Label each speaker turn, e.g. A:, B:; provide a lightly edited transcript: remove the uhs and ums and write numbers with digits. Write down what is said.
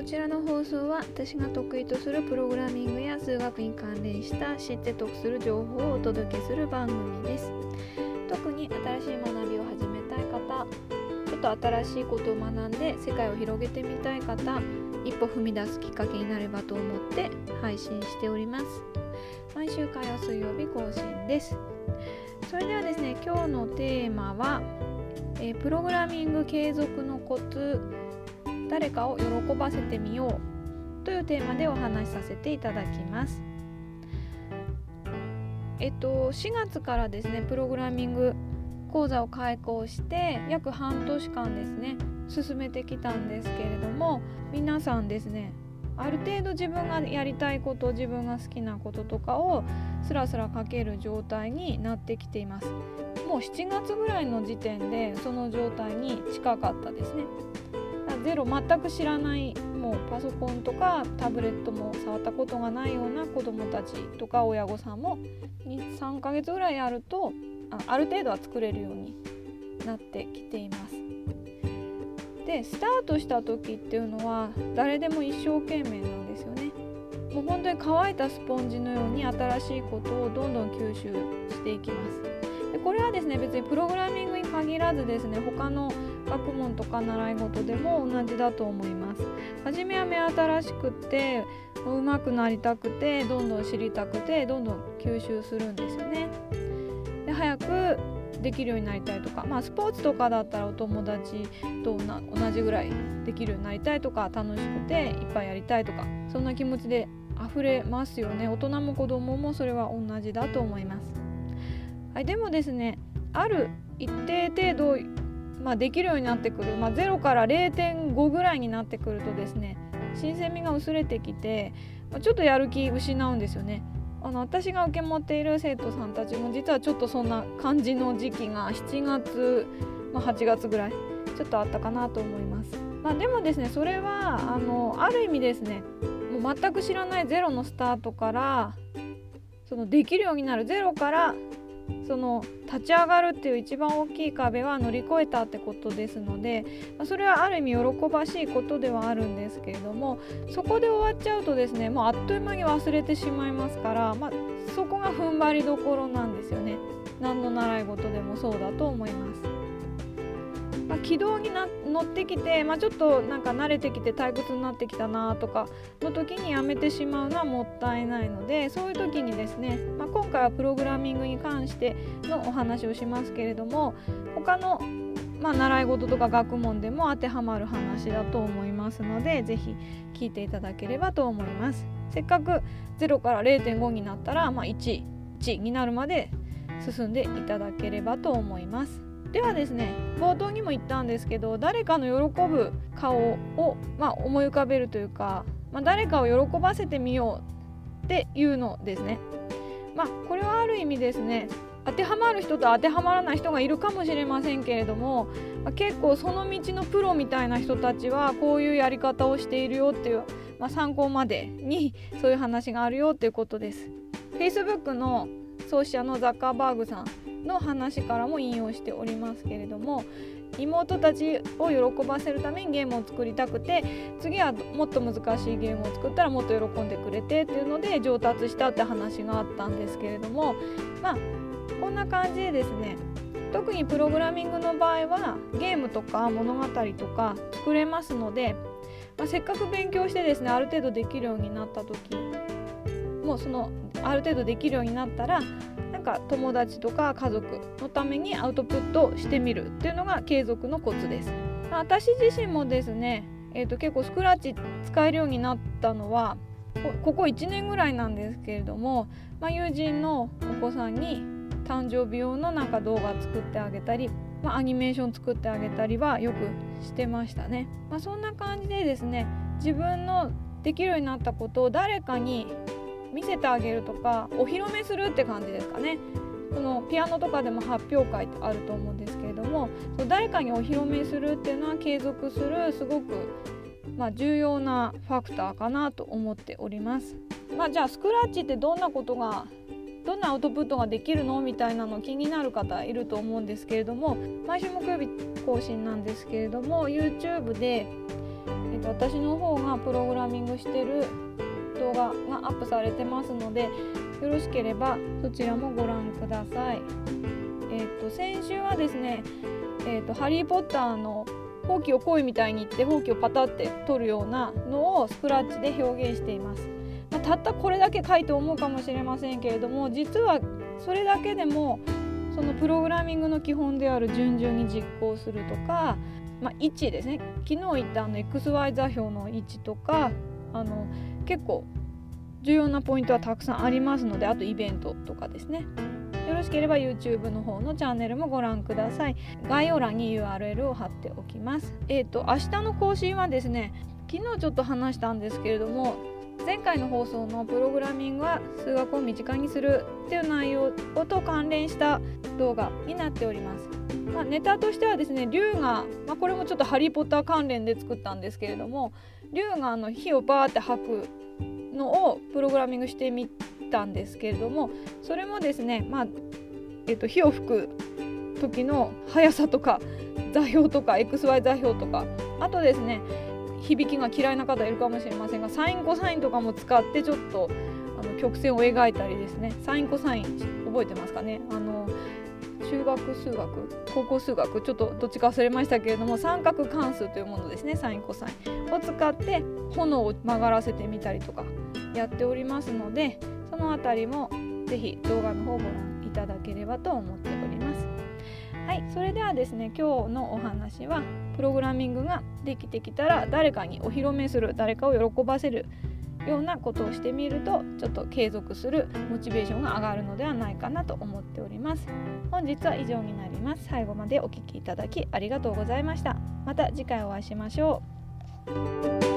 A: ちらの放送は私が得意とするプログラミングや数学に関連した知って得する情報をお届けする番組です。特に新しい学びを始めたい方、ちょっと新しいことを学んで世界を広げてみたい方、一歩踏み出すきっかけになればと思って配信しております。毎週火曜水曜日更新です。それではですね、今日のテーマは、プログラミング継続のコツ、誰かを喜ばせてみようというテーマでお話しさせていただきます。4月からですね、プログラミング講座を開講して約半年間ですね進めてきたんですけれども、皆さんですね、ある程度自分がやりたいこと、自分が好きなこととかをスラスラ書ける状態になってきています。もう7月ぐらいの時点でその状態に近かったですね。ゼロ、全く知らない、もうパソコンとかタブレットも触ったことがないような子どもたちとか親御さんも 3ヶ月ぐらいやるとある程度は作れるようになってきています。で、スタートした時っていうのは誰でも一生懸命なんですよね。もう本当に乾いたスポンジのように新しいことをどんどん吸収していきます。で、これはですね、別にプログラミングに限らずですね、他の学問とか習い事でも同じだと思います。初めは目新しくって上手くなりたくて、どんどん知りたくて、どんどん吸収するんですよね。で、早くできるようになりたいとか、スポーツとかだったらお友達と同じぐらいできるようになりたいとか、楽しくていっぱいやりたいとか、そんな気持ちで溢れますよね。大人も子供もそれは同じだと思います。はい、でもですね、ある一定程度できるようになってくる、0から 0.5 ぐらいになってくるとですね、新鮮味が薄れてきて、ちょっとやる気失うんですよね。私が受け持っている生徒さんたちも実はちょっとそんな感じの時期が7月、8月ぐらいちょっとあったかなと思います。でもですね、それはある意味ですね、もう全く知らないゼロのスタートから、そのできるようになるゼロからその立ち上がるっていう一番大きい壁は乗り越えたってことですので、それはある意味喜ばしいことではあるんですけれども、そこで終わっちゃうとですね、もうあっという間に忘れてしまいますから、そこが踏ん張りどころなんですよね。何の習い事でもそうだと思います。軌道に乗ってきて、ちょっとなんか慣れてきて退屈になってきたなとかの時にやめてしまうのはもったいないので、そういう時にですね、今回はプログラミングに関してのお話をしますけれども、他の習い事とか学問でも当てはまる話だと思いますので、ぜひ聞いていただければと思います。せっかく0から 0.5 になったら、1になるまで進んでいただければと思います。ではですね、冒頭にも言ったんですけど、誰かの喜ぶ顔を、思い浮かべるというか、誰かを喜ばせてみようっていうのですね。これはある意味ですね、当てはまる人と当てはまらない人がいるかもしれませんけれども、結構その道のプロみたいな人たちはこういうやり方をしているよっていう、参考までにそういう話があるよっていうことです。Facebook の創始者のザッカーバーグさんの話からも引用しておりますけれども、妹たちを喜ばせるためにゲームを作りたくて、次はもっと難しいゲームを作ったらもっと喜んでくれてっていうので上達したって話があったんですけれども、こんな感じでですね、特にプログラミングの場合はゲームとか物語とか作れますので、せっかく勉強してですね、ある程度できるようになった時もうある程度できるようになったら、友達とか家族のためにアウトプットしてみるっていうのが継続のコツです。私自身もですね、結構スクラッチ使えるようになったのはここ1年ぐらいなんですけれども、友人のお子さんに誕生日用の動画作ってあげたり、アニメーション作ってあげたりはよくしてましたね。そんな感じでですね、自分のできるようになったことを誰かに見せてあげるとかお披露目するって感じですかね。そのピアノとかでも発表会ってあると思うんですけれども、誰かにお披露目するっていうのは継続するすごく重要なファクターかなと思っております。じゃあスクラッチってどんなアウトプットができるのみたいなの気になる方いると思うんですけれども、毎週木曜日更新なんですけれども、 YouTube で私の方がプログラミングしてる動画がアップされてますので、よろしければそちらもご覧ください。先週はですね、ハリー・ポッターのほうきを恋みたいに言ってほうきをパタって取るようなのをスクラッチで表現しています。たったこれだけ書いて思うかもしれませんけれども、実はそれだけでもそのプログラミングの基本である順々に実行するとか、位置ですね、昨日言ったXY 座標の位置とか結構重要なポイントはたくさんありますので、あとイベントとかですね、よろしければ YouTube の方のチャンネルもご覧ください。概要欄に URL を貼っておきます。明日の更新はですね、昨日ちょっと話したんですけれども、前回の放送のプログラミングは数学を身近にするっていう内容と関連した動画になっております。ネタとしてはですね、龍が、これもちょっとハリーポッター関連で作ったんですけれども、龍が火をバーって吐くのをプログラミングしてみたんですけれども、それもですね、火を吹く時の速さとか座標とか XY 座標とか、あとですね、響きが嫌いな方いるかもしれませんが、サインコサインとかも使ってちょっと曲線を描いたりですね、サインコサイン覚えてますかね。中学数学、高校数学、ちょっとどっちか忘れましたけれども、三角関数というものですね、サインコサインを使って炎を曲がらせてみたりとかやっておりますので、そのあたりもぜひ動画の方をご覧いただければと思っております。はい、それではですね、今日のお話はプログラミングができてきたら誰かにお披露目する、誰かを喜ばせるようなことをしてみると、ちょっと継続するモチベーションが上がるのではないかなと思っております。本日は以上になります。最後までお聞きいただきありがとうございました。また次回お会いしましょう。